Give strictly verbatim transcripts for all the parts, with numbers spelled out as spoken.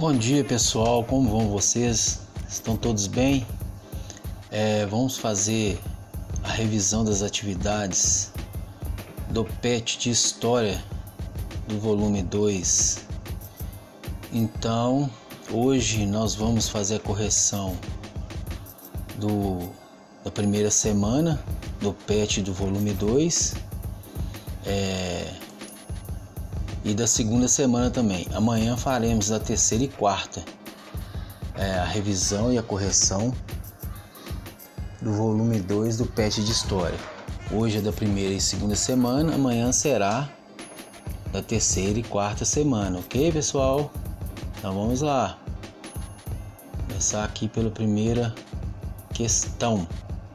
Bom dia, pessoal, como vão vocês? Estão todos bem? É, vamos fazer a revisão das atividades do P E T de História do volume dois. Então, hoje nós vamos fazer a correção do, da primeira semana do P E T do volume dois é, e da segunda semana também. Amanhã faremos a terceira e quarta, é, a revisão e a correção do volume dois do P E T de História. Hoje é da primeira e segunda semana, amanhã será da terceira e quarta semana, ok, pessoal? Então vamos lá. Começar aqui pela primeira questão.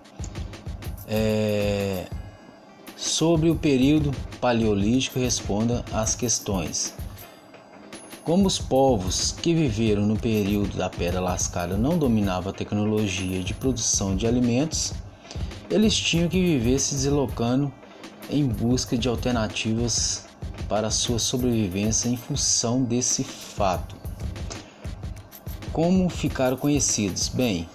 É... Sobre o período paleolítico, responda às questões. Como os povos que viveram no período da Pedra Lascada não dominavam a tecnologia de produção de alimentos, eles tinham que viver se deslocando em busca de alternativas para sua sobrevivência em função desse fato. Como ficaram conhecidos? Bem,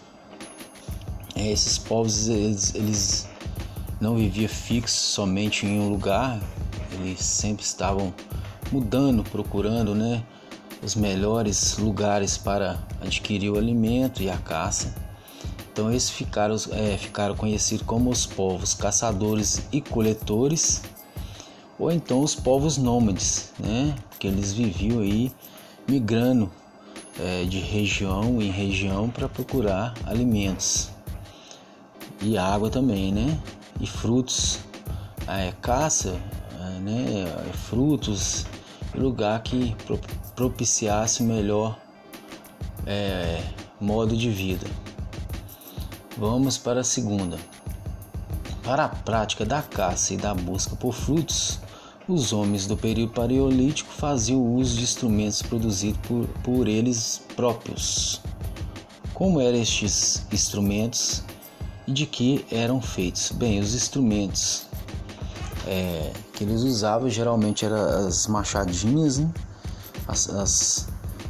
esses povos eles, eles não viviam fixos somente em um lugar, eles sempre estavam mudando, procurando, né, os melhores lugares para adquirir o alimento e a caça. Então eles ficaram, é, ficaram conhecidos como os povos caçadores e coletores, ou então os povos nômades, né, porque eles viviam aí migrando é, de região em região para procurar alimentos e água também, né, e frutos, é, caça, é, né, é, frutos, lugar que propiciasse o melhor é, modo de vida. Vamos para a segunda. Para a prática da caça e da busca por frutos, os homens do período paleolítico faziam uso de instrumentos produzidos por, por eles próprios. Como eram estes instrumentos e de que eram feitos? Bem, os instrumentos é, que eles usavam geralmente eram as machadinhas, né? as, as,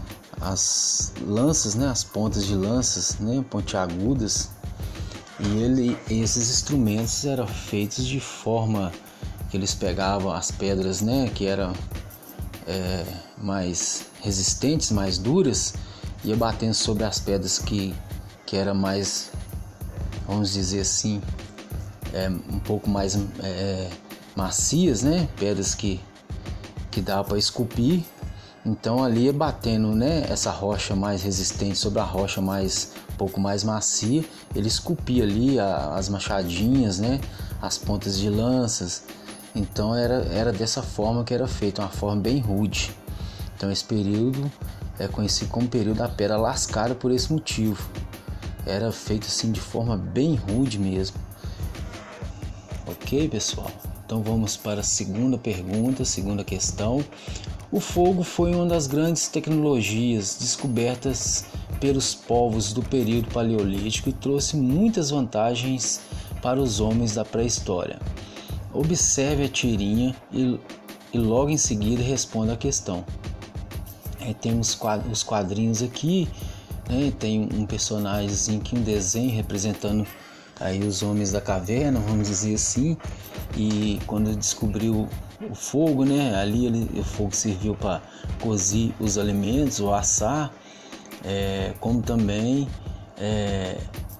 as lanças, né? As pontas de lanças, né? Pontiagudas. E ele, esses instrumentos eram feitos de forma que eles pegavam as pedras, né? Que eram é, mais resistentes, mais duras, ia batendo sobre as pedras que, que eram mais, vamos dizer assim, é, um pouco mais é, macias, né? Pedras que, que dava para esculpir. Então ali ia batendo, né, essa rocha mais resistente sobre a rocha mais um pouco mais macia, ele esculpia ali a, as machadinhas, né, as pontas de lanças. Então era, era dessa forma que era feito, uma forma bem rude. Então esse período é conhecido como período da Pedra Lascada por esse motivo. Era feito assim de forma bem rude mesmo. Ok, pessoal? Então vamos para a segunda pergunta, segunda questão. O fogo foi uma das grandes tecnologias descobertas pelos povos do período paleolítico e trouxe muitas vantagens para os homens da pré-história. Observe a tirinha e, e logo em seguida responda a questão. É, temos os quadrinhos aqui, né? Tem um personagem aqui, um desenho representando aí os homens da caverna, vamos dizer assim. E quando descobriu o fogo, né, ali ele, o fogo serviu para cozer os alimentos ou assar, é, como também é,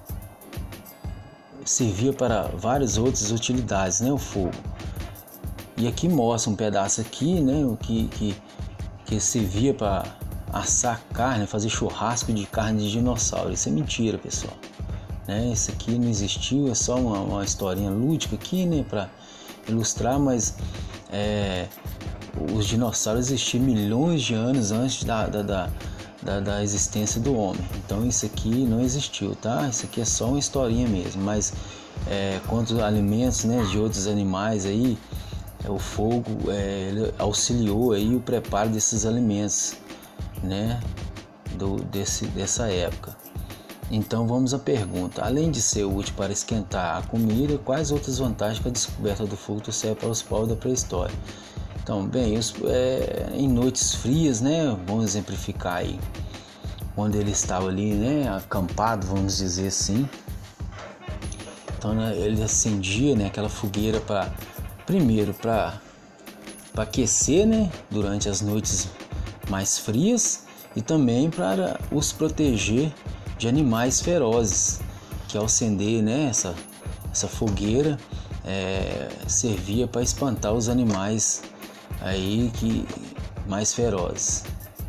servia para várias outras utilidades, né, o fogo. E aqui mostra um pedaço aqui, né, o que, que, que servia para assar carne, fazer churrasco de carne de dinossauro. Isso é mentira, pessoal, né? Isso aqui não existiu, é só uma, uma historinha lúdica aqui, né, para ilustrar, mas é, os dinossauros existiam milhões de anos antes da, da, da, da, da existência do homem. Então isso aqui não existiu, tá? Isso aqui é só uma historinha mesmo. Mas é, quanto a alimentos, né, de outros animais aí, é, o fogo é, ele auxiliou aí o preparo desses alimentos, né, do, desse, dessa época. Então vamos à pergunta. Além de ser útil para esquentar a comida, quais outras vantagens que a descoberta do fogo trouxe para os povos da pré-história? Então, bem, os, é, em noites frias, né, vamos exemplificar aí, onde ele estava ali, né, acampado, vamos dizer assim. Então, né, ele acendia, né, aquela fogueira para primeiro para para aquecer, né, durante as noites mais frias, e também para os proteger de animais ferozes, que ao acender, né, essa, essa fogueira é, servia para espantar os animais aí que mais ferozes.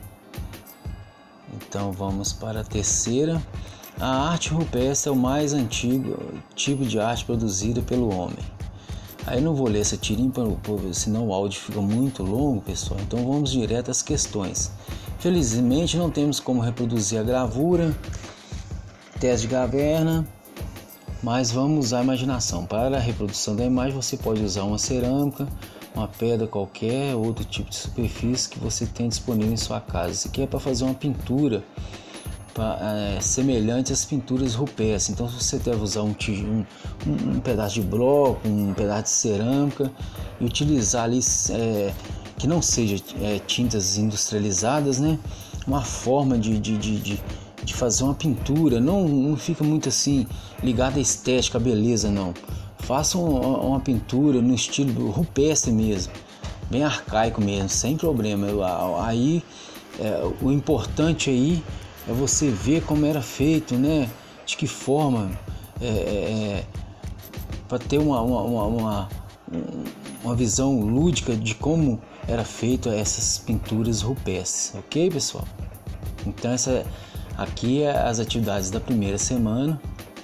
Então vamos para a terceira. A arte rupestre é o mais antigo tipo de arte produzida pelo homem. Aí não vou ler essa tirinha, senão o áudio fica muito longo, pessoal. Então vamos direto às questões. Felizmente não temos como reproduzir a gravura, teste de caverna, mas vamos usar a imaginação. Para a reprodução da imagem você pode usar uma cerâmica, uma pedra qualquer, outro tipo de superfície que você tem disponível em sua casa. Isso aqui é para fazer uma pintura pra, é, semelhante às pinturas rupestres. Então você deve usar um, um, um pedaço de bloco, um pedaço de cerâmica e utilizar ali é, que não seja é, tintas industrializadas, né? Uma forma de, de, de, de, de fazer uma pintura. Não, não fica muito assim ligado à estética, à beleza, não. Faça uma, uma pintura no estilo rupestre mesmo, bem arcaico mesmo, sem problema. Aí é, o importante aí é você ver como era feito, né? De que forma, é, é, para ter uma, uma, uma, uma, uma visão lúdica de como era feito essas pinturas rupestres, ok, pessoal? Então essa aqui é as atividades da primeira semana.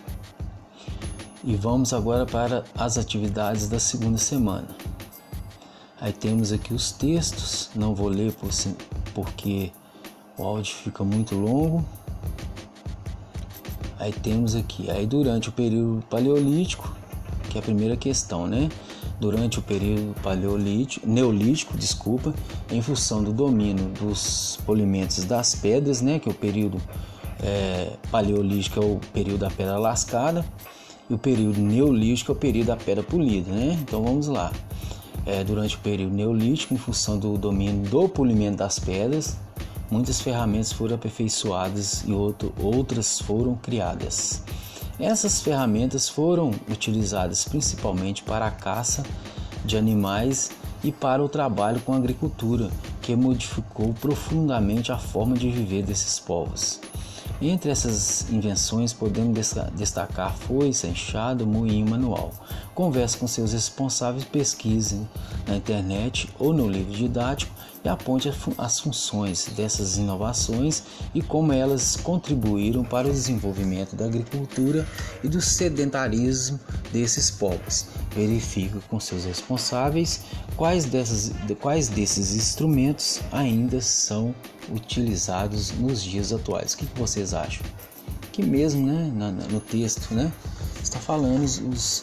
E vamos agora para as atividades da segunda semana. Aí temos aqui os textos, não vou ler por, porque o áudio fica muito longo. Aí temos aqui, aí durante o período paleolítico, que é a primeira questão, né? Durante o período paleolítico, neolítico, desculpa, em função do domínio dos polimentos das pedras, né? Que é o período é, paleolítico é o período da pedra lascada. E o período neolítico é o período da pedra polida, né? Então vamos lá. É, durante o período neolítico, em função do domínio do polimento das pedras, muitas ferramentas foram aperfeiçoadas e outro, outras foram criadas. Essas ferramentas foram utilizadas principalmente para a caça de animais e para o trabalho com a agricultura, que modificou profundamente a forma de viver desses povos. Entre essas invenções podemos destacar foice, enxada, moinho manual. Converse com seus responsáveis, pesquise na internet ou no livro didático e aponte as funções dessas inovações e como elas contribuíram para o desenvolvimento da agricultura e do sedentarismo desses povos. Verifique com seus responsáveis quais, dessas, quais desses instrumentos ainda são utilizados nos dias atuais. O que vocês acham? Que mesmo, né, no texto, né, está falando os,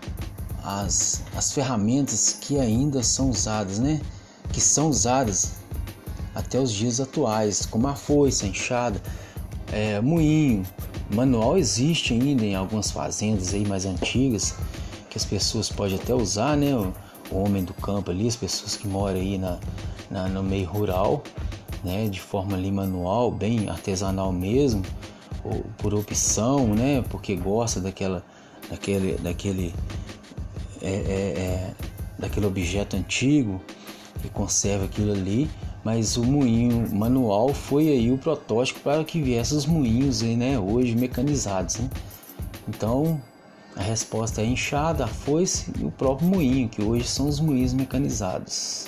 as, as ferramentas que ainda são usadas, né, que são usadas até os dias atuais, como a foice, a enxada, é, moinho manual existe ainda em algumas fazendas aí mais antigas, que as pessoas podem até usar, né, o, o homem do campo ali, as pessoas que moram aí na, na, no meio rural, né, de forma ali manual, bem artesanal mesmo, ou por opção, né, porque gosta daquela, daquele, daquele, é, é, é, daquele objeto antigo e conserva aquilo ali. Mas o moinho manual foi aí o protótipo para que viessem os moinhos aí, né, hoje mecanizados, né? Então a resposta é a enxada, a foice e o próprio moinho, que hoje são os moinhos mecanizados.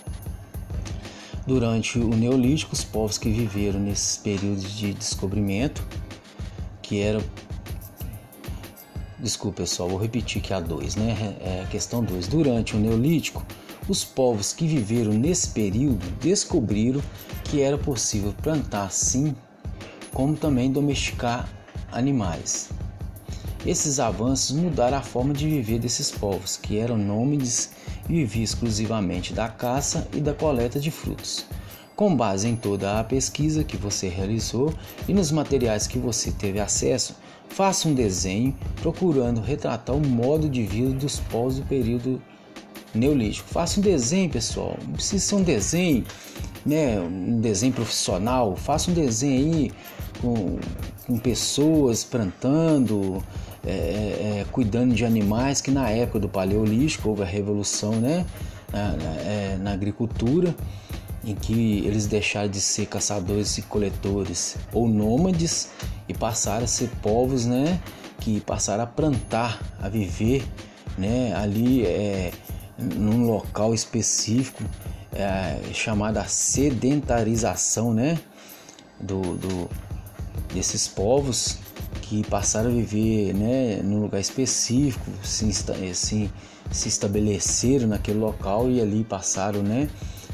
Durante o Neolítico, os povos que viveram nesses períodos de descobrimento, que era... Desculpa, pessoal, vou repetir que a dois, né? É a questão dois. Durante o Neolítico, os povos que viveram nesse período descobriram que era possível plantar sim, como também domesticar animais. Esses avanços mudaram a forma de viver desses povos, que eram nômades e viviam exclusivamente da caça e da coleta de frutos. Com base em toda a pesquisa que você realizou e nos materiais que você teve acesso, faça um desenho procurando retratar o modo de vida dos povos do período neolítico. Faça um desenho, pessoal, não precisa ser um desenho, né, um desenho profissional. Faça um desenho aí com, com pessoas plantando, é, é, cuidando de animais, que na época do Paleolítico houve a revolução, né, na, na, é, na agricultura, em que eles deixaram de ser caçadores e coletores ou nômades e passaram a ser povos, né, que passaram a plantar, a viver, né, ali é, num local específico, é, chamada sedentarização, né, do, do, desses povos que passaram a viver, né, num lugar específico, se, se, se estabeleceram naquele local e ali passaram, né,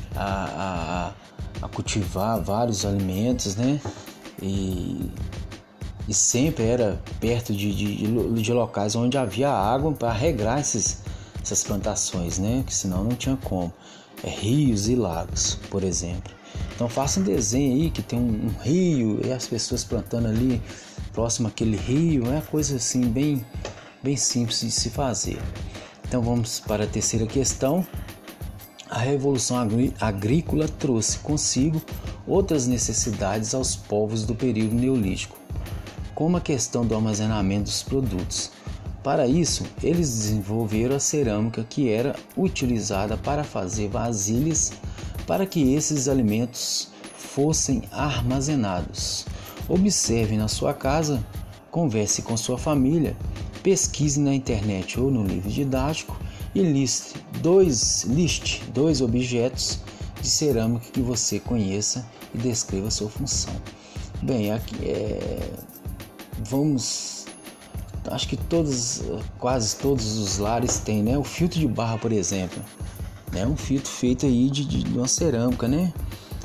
a, a, a cultivar vários alimentos, né, e, e sempre era perto de, de, de locais onde havia água para regrar esses, essas plantações, né, que senão não tinha como. É, rios e lagos, por exemplo. Então faça um desenho aí que tem um, um rio e as pessoas plantando ali próximo àquele rio. É uma coisa assim bem, bem simples de se fazer. Então vamos para a terceira questão. A revolução agrí- agrícola trouxe consigo outras necessidades aos povos do período neolítico, como a questão do armazenamento dos produtos. Para isso, eles desenvolveram a cerâmica, que era utilizada para fazer vasilhas para que esses alimentos fossem armazenados. Observe na sua casa, converse com sua família, pesquise na internet ou no livro didático e liste dois, liste dois objetos de cerâmica que você conheça e descreva sua função. Bem, aqui é... vamos... Acho que todos, quase todos os lares têm, né? O filtro de barro, por exemplo, né? Um filtro feito aí de, de, de uma cerâmica, né?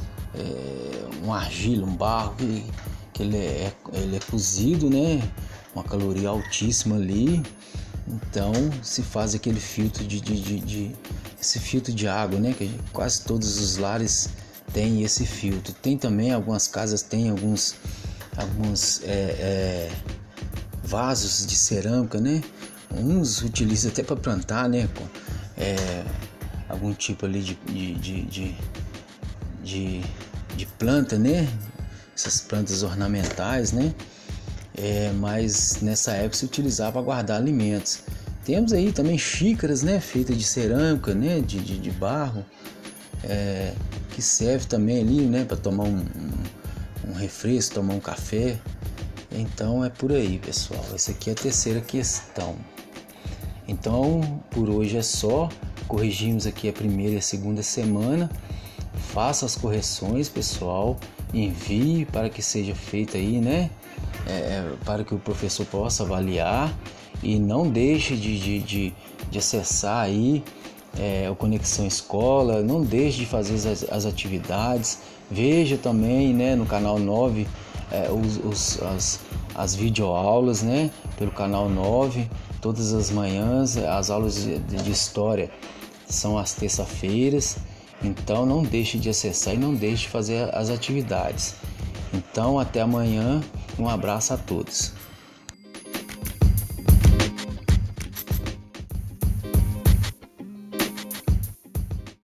É, um argila, um barro que, que ele, é, ele é cozido, né? Uma caloria altíssima ali. Então se faz aquele filtro de, de, de, de esse filtro de água, né? Que quase todos os lares têm esse filtro. Tem também, algumas casas têm alguns, alguns é, é, vasos de cerâmica, né? Uns utilizam até para plantar, né? É, algum tipo ali de, de, de, de, de, de planta, né? Essas plantas ornamentais, né? É, mas nessa época se utilizava para guardar alimentos. Temos aí também xícaras, né? Feitas de cerâmica, né? De, de, de barro, é, que serve também ali, né? Para tomar um, um, um refresco, tomar um café. Então é por aí, pessoal. Essa aqui é a terceira questão. Então por hoje é só. Corrigimos aqui a primeira e a segunda semana. Faça as correções, pessoal. Envie para que seja feita aí, né? É, para que o professor possa avaliar. E não deixe de, de, de, de acessar aí é, o Conexão Escola. Não deixe de fazer as, as atividades. Veja também, né, no canal nove. É, os, os, as, as videoaulas, né, pelo canal nove, todas as manhãs. As aulas de, de história são às terça-feiras, então não deixe de acessar e não deixe de fazer as atividades. Então até amanhã, um abraço a todos.